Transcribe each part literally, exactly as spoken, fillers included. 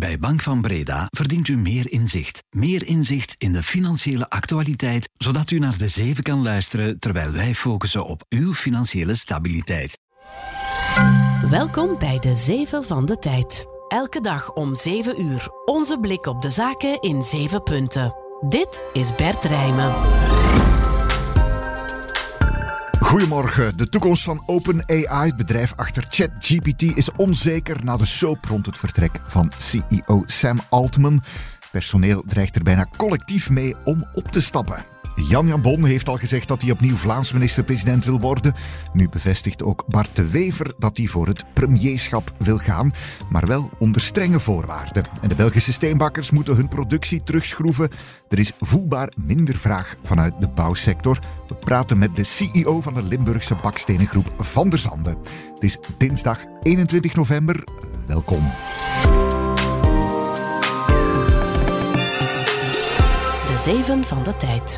Bij Bank van Breda verdient u meer inzicht. Meer inzicht in de financiële actualiteit, zodat u naar de zeven kan luisteren terwijl wij focussen op uw financiële stabiliteit. Welkom bij de zeven van de tijd. Elke dag om zeven uur. Onze blik op de zaken in zeven punten. Dit is Bert Rijmen. Goedemorgen. De toekomst van OpenAI, het bedrijf achter ChatGPT, is onzeker na de soap rond het vertrek van C E O Sam Altman. Personeel dreigt er bijna collectief mee om op te stappen. Jan Jambon heeft al gezegd dat hij opnieuw Vlaams minister-president wil worden. Nu bevestigt ook Bart de Wever dat hij voor het premierschap wil gaan, maar wel onder strenge voorwaarden. En de Belgische steenbakkers moeten hun productie terugschroeven. Er is voelbaar minder vraag vanuit de bouwsector. We praten met de C E O van de Limburgse bakstenengroep Van der Zanden. Het is dinsdag eenentwintig november. Welkom. De zeven van de tijd.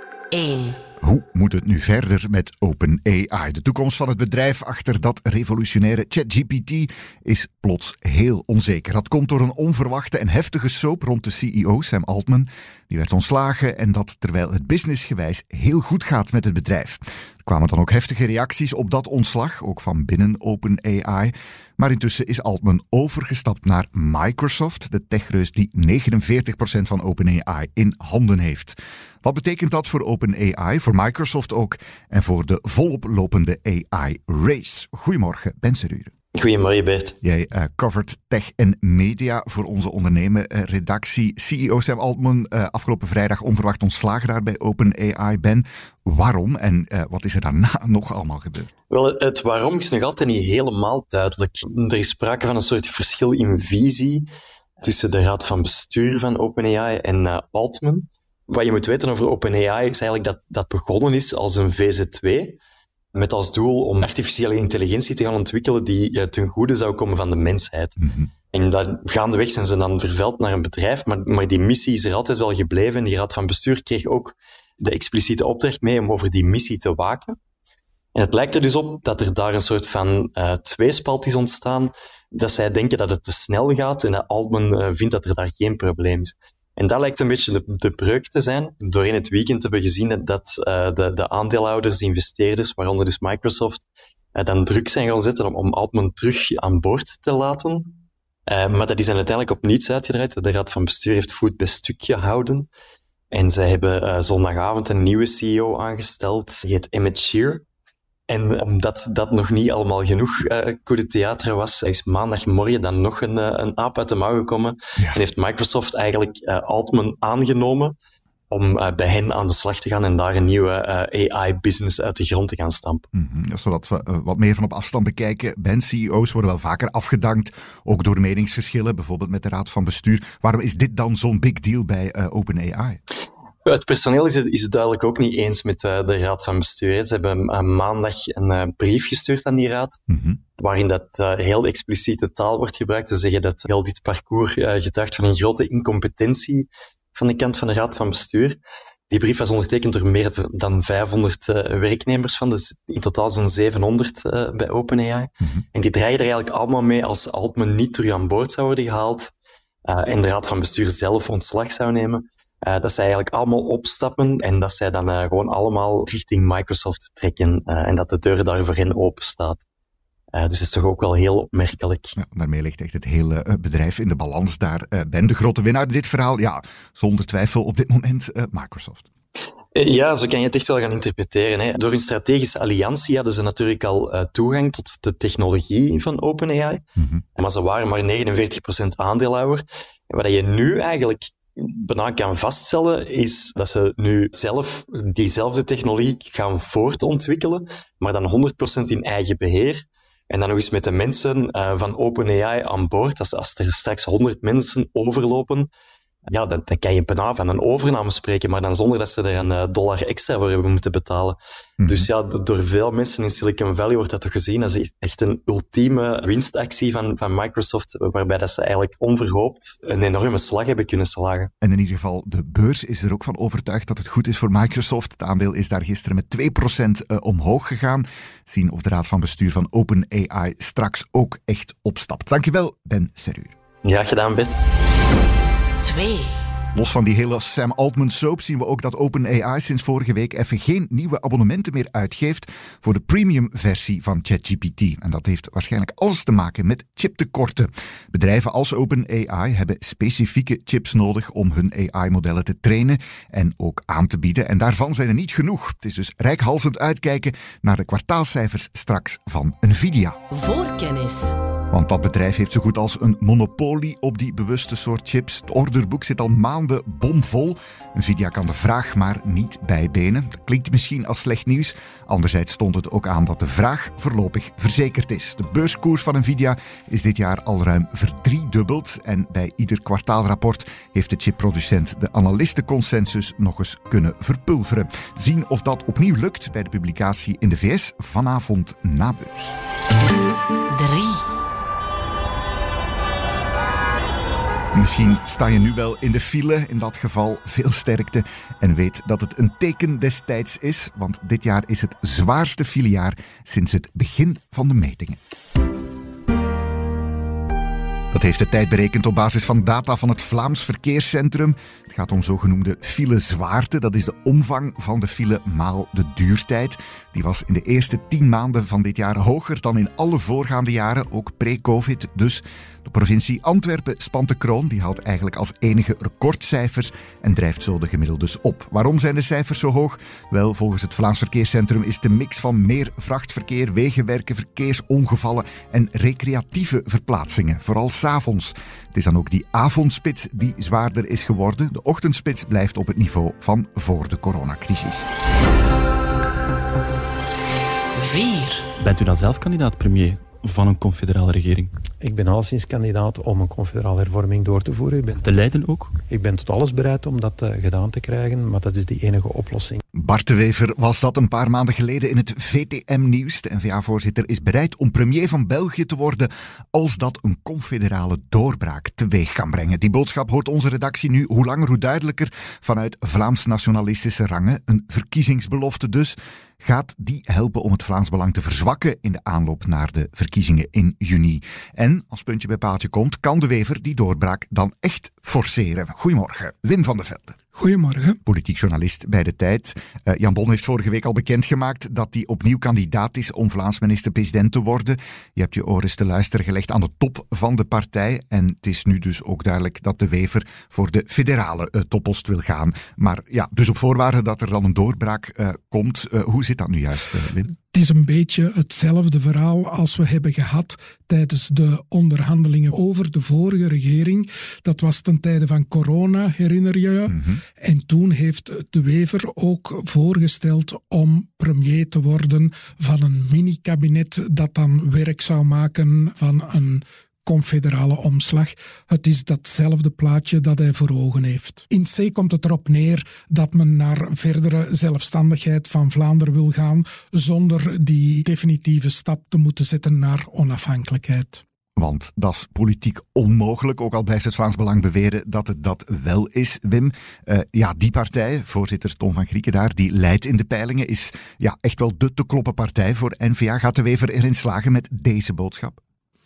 één. Hoe moet het nu verder met OpenAI? De toekomst van het bedrijf achter dat revolutionaire ChatGPT is plots heel onzeker. Dat komt door een onverwachte en heftige soap rond de C E O, Sam Altman. Die werd ontslagen en dat terwijl het businessgewijs heel goed gaat met het bedrijf. Er kwamen dan ook heftige reacties op dat ontslag, ook van binnen OpenAI. Maar intussen is Altman overgestapt naar Microsoft, de techreus die negenenveertig procent van OpenAI in handen heeft. Wat betekent dat voor OpenAI, voor Microsoft ook en voor de volop lopende A I-race? Goedemorgen, Ben Serure. Goedemorgen, Bert. Jij uh, covert tech en media voor onze ondernemen-redactie. C E O Sam Altman, uh, afgelopen vrijdag onverwacht ontslagen daar bij OpenAI. Ben, waarom en uh, wat is er daarna nog allemaal gebeurd? Wel, het waarom is nog altijd niet helemaal duidelijk. Er is sprake van een soort verschil in visie tussen de raad van bestuur van OpenAI en uh, Altman. Wat je moet weten over OpenAI is eigenlijk dat dat begonnen is als een V Z twee, met als doel om artificiële intelligentie te gaan ontwikkelen die ten goede zou komen van de mensheid. Mm-hmm. En dat, gaandeweg zijn ze dan vervuild naar een bedrijf, maar, maar die missie is er altijd wel gebleven. En die raad van bestuur kreeg ook de expliciete opdracht mee om over die missie te waken. En het lijkt er dus op dat er daar een soort van uh, tweespalt is ontstaan, dat zij denken dat het te snel gaat en dat Altman uh, vindt dat er daar geen probleem is. En dat lijkt een beetje de, de breuk te zijn. Doorheen het weekend hebben we gezien dat uh, de, de aandeelhouders, de investeerders, waaronder dus Microsoft, uh, dan druk zijn gaan zetten om, om Altman terug aan boord te laten. Uh, maar dat is dan uiteindelijk op niets uitgedraaid. De raad van bestuur heeft voet bij stuk gehouden. En zij hebben uh, zondagavond een nieuwe C E O aangesteld. Die heet Emmett Shear. En omdat dat nog niet allemaal genoeg uh, coup de theater was, is maandagmorgen dan nog een, uh, een aap uit de mouw gekomen. Ja. En heeft Microsoft eigenlijk uh, Altman aangenomen om uh, bij hen aan de slag te gaan en daar een nieuwe uh, A I-business uit de grond te gaan stampen. Mm-hmm. Zodat we uh, wat meer van op afstand bekijken. Ben, C E O's worden wel vaker afgedankt, ook door meningsverschillen, bijvoorbeeld met de raad van bestuur. Waarom is dit dan zo'n big deal bij uh, OpenAI? Het personeel is het, is het duidelijk ook niet eens met uh, de raad van bestuur. Ze hebben uh, maandag een uh, brief gestuurd aan die raad, mm-hmm. waarin dat uh, heel expliciete taal wordt gebruikt. Te zeggen dat heel dit parcours uh, getuigt van een grote incompetentie van de kant van de raad van bestuur. Die brief was ondertekend door meer dan vijfhonderd uh, werknemers van, dus in totaal zo'n zevenhonderd uh, bij OpenAI. Mm-hmm. En die draaien er eigenlijk allemaal mee als Altman niet terug aan boord zou worden gehaald uh, en de raad van bestuur zelf ontslag zou nemen. Uh, dat zij eigenlijk allemaal opstappen en dat zij dan uh, gewoon allemaal richting Microsoft trekken uh, en dat de deur daar voor hen open staat. Uh, dus dat is toch ook wel heel opmerkelijk. Ja, daarmee ligt echt het hele uh, bedrijf in de balans daar. Uh, Ben, de grote winnaar in dit verhaal, ja, zonder twijfel op dit moment uh, Microsoft. Ja, zo kan je het echt wel gaan interpreteren. Hè. Door een strategische alliantie hadden ze natuurlijk al uh, toegang tot de technologie van OpenAI, mm-hmm. maar ze waren maar negenenveertig procent aandeelhouder. En wat je nu eigenlijk bijna kan vaststellen, is dat ze nu zelf diezelfde technologie gaan voortontwikkelen, maar dan honderd procent in eigen beheer. En dan nog eens met de mensen uh, van OpenAI aan boord. Als, als er straks honderd mensen overlopen, ja, dan, dan kan je bijna van een overname spreken, maar dan zonder dat ze er een uh, dollar extra voor hebben moeten betalen. Mm-hmm. Dus ja, door veel mensen in Silicon Valley wordt dat toch gezien als echt een ultieme winstactie van, van Microsoft, waarbij dat ze eigenlijk onverhoopt een enorme slag hebben kunnen slagen. En in ieder geval, de beurs is er ook van overtuigd dat het goed is voor Microsoft. Het aandeel is daar gisteren met twee procent uh, omhoog gegaan. Zien of de raad van bestuur van OpenAI straks ook echt opstapt. Dankjewel, Ben Serure. Graag gedaan, Bert. twee. Los van die hele Sam Altman soap zien we ook dat OpenAI sinds vorige week even geen nieuwe abonnementen meer uitgeeft voor de premium versie van ChatGPT. En dat heeft waarschijnlijk alles te maken met chiptekorten. Bedrijven als OpenAI hebben specifieke chips nodig om hun A I-modellen te trainen en ook aan te bieden. En daarvan zijn er niet genoeg. Het is dus reikhalzend uitkijken naar de kwartaalcijfers straks van Nvidia. Voorkennis. Want dat bedrijf heeft zo goed als een monopolie op die bewuste soort chips. Het orderboek zit al maanden bomvol. Nvidia kan de vraag maar niet bijbenen. Dat klinkt misschien als slecht nieuws. Anderzijds stond het ook aan dat de vraag voorlopig verzekerd is. De beurskoers van Nvidia is dit jaar al ruim verdriedubbeld. En bij ieder kwartaalrapport heeft de chipproducent de analistenconsensus nog eens kunnen verpulveren. Zien of dat opnieuw lukt bij de publicatie in de V S vanavond na beurs. drie. Misschien sta je nu wel in de file, in dat geval veel sterkte, en weet dat het een teken des tijds is, want dit jaar is het zwaarste filejaar sinds het begin van de metingen. Dat heeft de tijd berekend op basis van data van het Vlaams Verkeerscentrum. Het gaat om zogenoemde filezwaarte. Dat is de omvang van de file maal de duurtijd. Die was in de eerste tien maanden van dit jaar hoger dan in alle voorgaande jaren, ook pre-covid dus. De provincie Antwerpen spant de kroon. Die haalt eigenlijk als enige recordcijfers en drijft zo de gemiddeldes op. Waarom zijn de cijfers zo hoog? Wel, volgens het Vlaams Verkeerscentrum is de mix van meer vrachtverkeer, wegenwerken, verkeersongevallen en recreatieve verplaatsingen, vooral 's avonds. Het is dan ook die avondspits die zwaarder is geworden. De ochtendspits blijft op het niveau van voor de coronacrisis. vier. Bent u dan zelf kandidaat premier van een confederale regering? Ik ben alleszins kandidaat om een confederale hervorming door te voeren. Ik ben, te leiden ook? Ik ben tot alles bereid om dat uh, gedaan te krijgen, maar dat is de enige oplossing. Bart de Wever was dat een paar maanden geleden in het V T M-nieuws. De N V A-voorzitter is bereid om premier van België te worden als dat een confederale doorbraak teweeg kan brengen. Die boodschap hoort onze redactie nu hoe langer hoe duidelijker vanuit Vlaams-nationalistische rangen. Een verkiezingsbelofte dus. Gaat die helpen om het Vlaams Belang te verzwakken in de aanloop naar de verkiezingen in juni? En als puntje bij paaltje komt, kan de Wever die doorbraak dan echt forceren? Goedemorgen, Wim van de Velde. Goedemorgen. Politiek journalist bij De Tijd. Uh, Jan Bon heeft vorige week al bekendgemaakt dat hij opnieuw kandidaat is om Vlaams minister-president te worden. Je hebt je oren te luisteren gelegd aan de top van de partij. En het is nu dus ook duidelijk dat de Wever voor de federale uh, toppost wil gaan. Maar ja, dus op voorwaarde dat er dan een doorbraak uh, komt. Uh, hoe zit dat nu juist, uh, Wim? Het is een beetje hetzelfde verhaal als we hebben gehad tijdens de onderhandelingen over de vorige regering. Dat was ten tijde van corona, herinner je je? Mm-hmm. En toen heeft de Wever ook voorgesteld om premier te worden van een mini-kabinet dat dan werk zou maken van een confederale omslag. Het is datzelfde plaatje dat hij voor ogen heeft. In C komt het erop neer dat men naar verdere zelfstandigheid van Vlaanderen wil gaan zonder die definitieve stap te moeten zetten naar onafhankelijkheid. Want dat is politiek onmogelijk, ook al blijft het Vlaams Belang beweren dat het dat wel is, Wim. Uh, ja, die partij, voorzitter Tom van Grieken daar, die leidt in de peilingen, is ja, echt wel de te kloppen partij voor N V A. Gaat de Wever erin slagen met deze boodschap?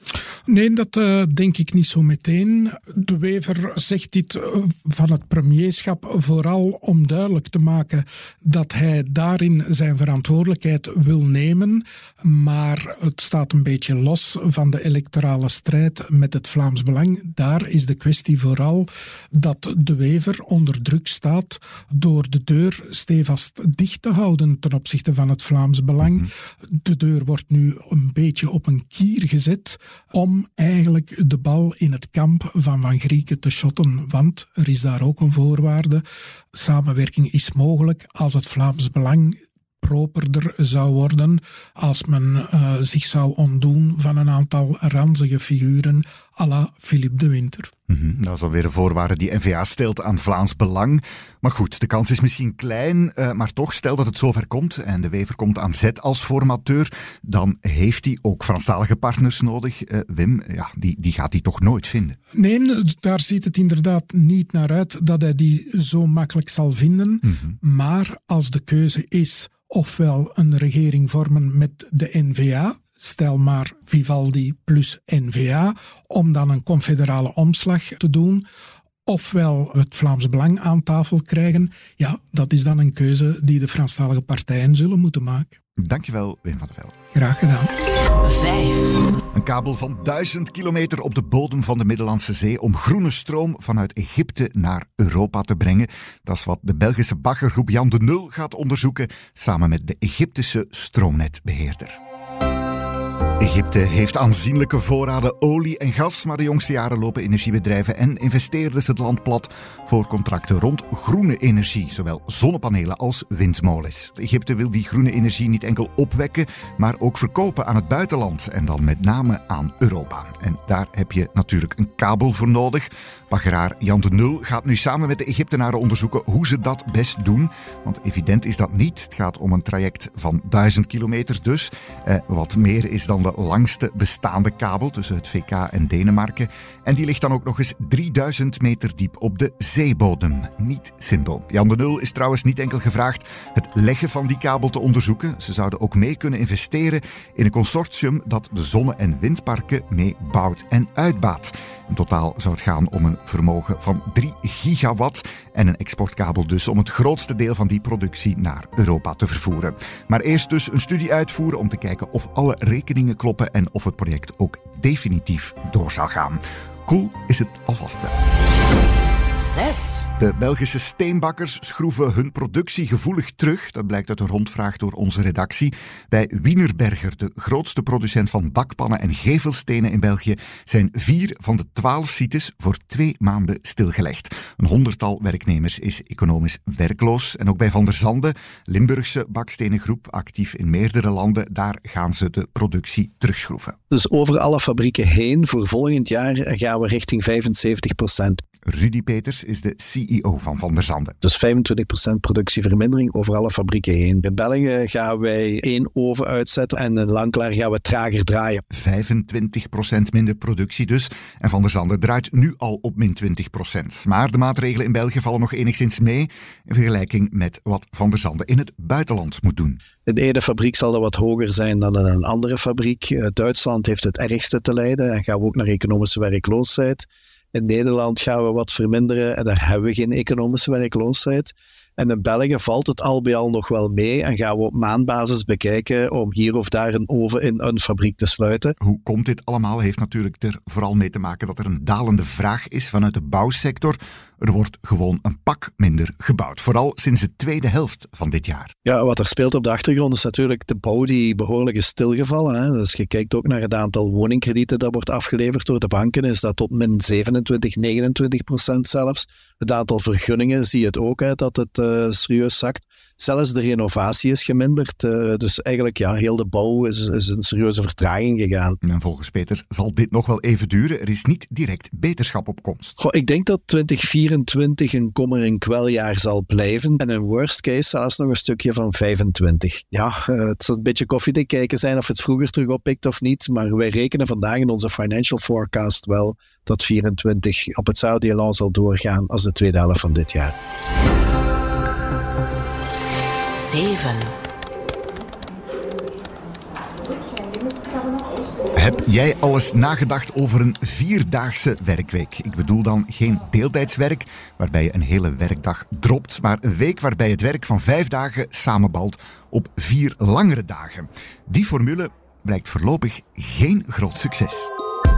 Nee, dat uh, denk ik niet zo meteen. De Wever zegt dit uh, van het premierschap vooral om duidelijk te maken dat hij daarin zijn verantwoordelijkheid wil nemen. Maar het staat een beetje los van de electorale strijd met het Vlaams Belang. Daar is de kwestie vooral dat de Wever onder druk staat door de deur stevast dicht te houden ten opzichte van het Vlaams Belang. De deur wordt nu een beetje op een kier gezet om eigenlijk de bal in het kamp van Van Grieken te shotten. Want er is daar ook een voorwaarde. Samenwerking is mogelijk als het Vlaams Belang properder zou worden, als men uh, zich zou ontdoen van een aantal ranzige figuren à la Philippe de Winter. Mm-hmm. Dat is alweer een voorwaarde die N V A stelt aan Vlaams Belang. Maar goed, de kans is misschien klein, uh, maar toch, stel dat het zover komt en de Wever komt aan zet als formateur, dan heeft hij ook Franstalige partners nodig. Uh, Wim, ja, die, die gaat hij toch nooit vinden? Nee, daar ziet het inderdaad niet naar uit dat hij die zo makkelijk zal vinden. Mm-hmm. Maar als de keuze is ofwel een regering vormen met de N V A, stel maar Vivaldi plus N V A, om dan een confederale omslag te doen, ofwel het Vlaams Belang aan tafel krijgen. Ja, dat is dan een keuze die de Franstalige partijen zullen moeten maken. Dankjewel, Wim van der Velde. Graag gedaan. vijf. Een kabel van duizend kilometer op de bodem van de Middellandse Zee om groene stroom vanuit Egypte naar Europa te brengen. Dat is wat de Belgische baggergroep Jan de Nul gaat onderzoeken, samen met de Egyptische stroomnetbeheerder. Egypte heeft aanzienlijke voorraden olie en gas, maar de jongste jaren lopen energiebedrijven en investeerders het land plat voor contracten rond groene energie, zowel zonnepanelen als windmolens. Egypte wil die groene energie niet enkel opwekken, maar ook verkopen aan het buitenland en dan met name aan Europa. En daar heb je natuurlijk een kabel voor nodig. Baggeraar Jan de Nul gaat nu samen met de Egyptenaren onderzoeken hoe ze dat best doen, want evident is dat niet. Het gaat om een traject van duizend kilometer dus, eh, wat meer is dan de langste bestaande kabel tussen het V K en Denemarken. En die ligt dan ook nog eens drieduizend meter diep op de zeebodem. Niet simpel. Jan de Nul is trouwens niet enkel gevraagd het leggen van die kabel te onderzoeken. Ze zouden ook mee kunnen investeren in een consortium dat de zonne- en windparken mee bouwt en uitbaat. In totaal zou het gaan om een vermogen van drie gigawatt en een exportkabel dus om het grootste deel van die productie naar Europa te vervoeren. Maar eerst dus een studie uitvoeren om te kijken of alle rekeningen kloppen en of het project ook definitief door zal gaan. Cool is het alvast wel. zes. De Belgische steenbakkers schroeven hun productie gevoelig terug. Dat blijkt uit een rondvraag door onze redactie. Bij Wienerberger, de grootste producent van dakpannen en gevelstenen in België, zijn vier van de twaalf sites voor twee maanden stilgelegd. Een honderdtal werknemers is economisch werkloos. En ook bij Van der Zande, Limburgse bakstenengroep, actief in meerdere landen, daar gaan ze de productie terugschroeven. Dus over alle fabrieken heen, voor volgend jaar gaan we richting vijfenzeventig procent. Rudy Peters is de C E O van Van der Zande. Dus vijfentwintig procent productievermindering over alle fabrieken heen. In België gaan wij één oven uitzetten en in Lanklaar gaan we trager draaien. vijfentwintig procent minder productie dus. En Van der Zande draait nu al op min twintig procent. Maar de maatregelen in België vallen nog enigszins mee in vergelijking met wat Van der Zande in het buitenland moet doen. In de ene fabriek zal dat wat hoger zijn dan in een andere fabriek. Duitsland heeft het ergste te lijden en gaan we ook naar economische werkloosheid. In Nederland gaan we wat verminderen en daar hebben we geen economische werkloosheid. En in België valt het al bij al nog wel mee en gaan we op maandbasis bekijken om hier of daar een oven in een fabriek te sluiten. Hoe komt dit allemaal? Heeft natuurlijk er vooral mee te maken dat er een dalende vraag is vanuit de bouwsector. Er wordt gewoon een pak minder gebouwd. Vooral sinds de tweede helft van dit jaar. Ja, wat er speelt op de achtergrond is natuurlijk de bouw die behoorlijk is stilgevallen. Hè. Dus je kijkt ook naar het aantal woningkredieten dat wordt afgeleverd door de banken. Is dat tot min zevenentwintig, negenentwintig procent zelfs. Het aantal vergunningen zie je het ook, hè, dat het uh, serieus zakt. Zelfs de renovatie is geminderd. Uh, dus eigenlijk, ja, heel de bouw is, is een serieuze vertraging gegaan. En volgens Peter zal dit nog wel even duren. Er is niet direct beterschap op komst. Goh, ik denk dat twintig vierentwintig een kommer en kweljaar zal blijven. En in worst case zelfs nog een stukje van vijfentwintig. Ja, uh, het zal een beetje koffiedik kijken zijn of het vroeger terug oppikt of niet. Maar wij rekenen vandaag in onze financial forecast wel dat vierentwintig op hetzelfde elan zal doorgaan als de tweede helft van dit jaar. zeven. Heb jij al eens nagedacht over een vierdaagse werkweek? Ik bedoel dan geen deeltijdswerk, waarbij je een hele werkdag dropt, maar een week waarbij het werk van vijf dagen samenbalt op vier langere dagen. Die formule blijkt voorlopig geen groot succes.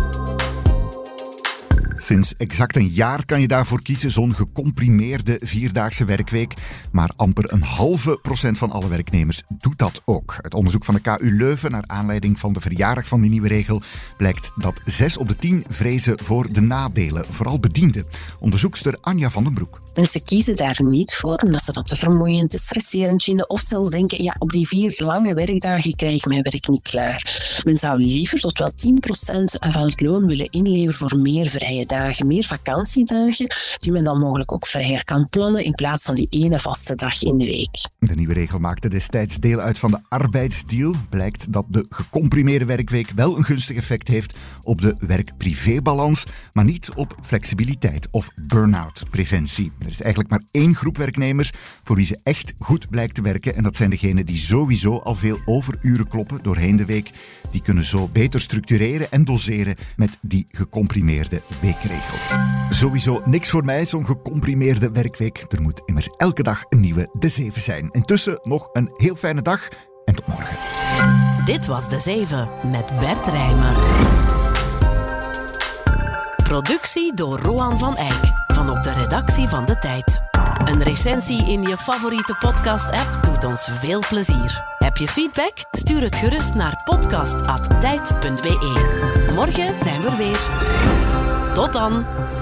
Sinds exact een jaar kan je daarvoor kiezen, zo'n gecomprimeerde vierdaagse werkweek. Maar amper een halve procent van alle werknemers doet dat ook. Uit onderzoek van de K U Leuven, naar aanleiding van de verjaardag van die nieuwe regel, blijkt dat zes op de tien vrezen voor de nadelen, vooral bedienden. Onderzoekster Anja van den Broek. Mensen kiezen daar niet voor, omdat ze dat te vermoeiend, te stresserend vinden, of zelfs denken, ja, op die vier lange werkdagen krijg ik mijn werk niet klaar. Men zou liever tot wel tien procent van het loon willen inleveren voor meer vrije dagen, meer vakantiedagen, die men dan mogelijk ook vrijer kan plannen in plaats van die ene vaste dag in de week. De nieuwe regel maakte destijds deel uit van de arbeidsdeal. Blijkt dat de gecomprimeerde werkweek wel een gunstig effect heeft op de werk-privé-balans, maar niet op flexibiliteit of burn-out preventie. Er is eigenlijk maar één groep werknemers voor wie ze echt goed blijkt te werken en dat zijn degenen die sowieso al veel overuren kloppen doorheen de week. Die kunnen zo beter structureren en doseren met die gecomprimeerde weekregel. Sowieso niks voor mij, zo'n gecomprimeerde werkweek. Er moet immers elke dag een nieuwe De Zeven zijn. Intussen nog een heel fijne dag en tot morgen. Dit was De Zeven met Bert Rijmen. Productie door Roan van Eyck van op de redactie van De Tijd. Een recensie in je favoriete podcast-app doet ons veel plezier. Heb je feedback? Stuur het gerust naar podcast apenstaartje tijd punt be. Morgen zijn we er weer. Tot dan!